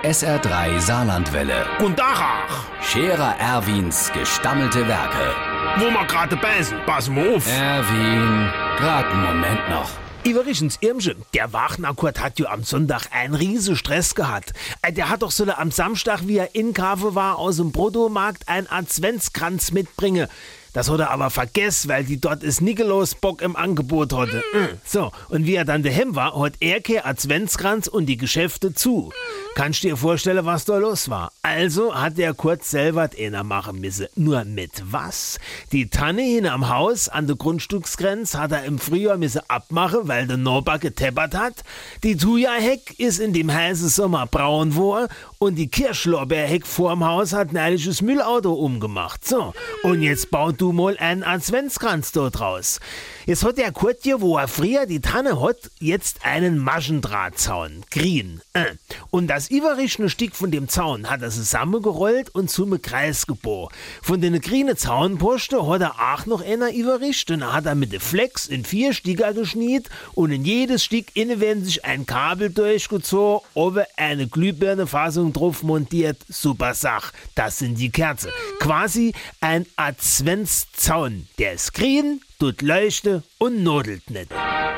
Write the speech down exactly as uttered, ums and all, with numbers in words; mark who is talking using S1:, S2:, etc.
S1: S R drei Saarlandwelle.
S2: Guten Tag.
S1: Scherer Erwins gestammelte Werke.
S2: Wo wir gerade beißen, pass mal auf.
S1: Erwin, grad einen Moment noch.
S2: Iverichens Irmsche, der Wagner-Kurt hat ja am Sonntag einen riesen Stress gehabt. Äh, Der hat doch so am Samstag, wie er in Kafe war, aus dem Bruttomarkt einen Adventskranz mitbringen. Das hat er aber vergessen, weil die dort ist Nikolaus Bock im Angebot hatte. Mm. So, und wie er dann daheim war, hat er kein Adventskranz und die Geschäfte zu. Kannst du dir vorstellen, was da los war? Also hat der Kurt selber einer machen müssen. Nur mit was? Die Tanne hin am Haus an der Grundstücksgrenze hat er im Frühjahr müssen abmachen, weil der Nachbar geteppert hat. Die Thuja-Heck ist in dem heißen Sommer braun geworden und die Kirschlorbeerheck vorm Haus hat ein ehrliches Müllauto umgemacht. So, und jetzt baut du mal einen Adventskranz dort raus. Jetzt hat der Kurt hier, wo er früher die Tanne hat, jetzt einen Maschendrahtzaun. Green. Äh. Und das überrischende Stück von dem Zaun hat er zusammengerollt und zum Kreis gebohrt. Von den grünen Zaunposten hat er auch noch einer überrischt. Und er hat er mit dem Flex in vier Sticker geschniet und in jedes Stück innenwendig ein Kabel durchgezogen, oben eine Glühbirnefassung drauf montiert. Super Sach. Das sind die Kerzen. Quasi ein Adventszaun. Der ist grün, tut leuchte und nodelt nicht.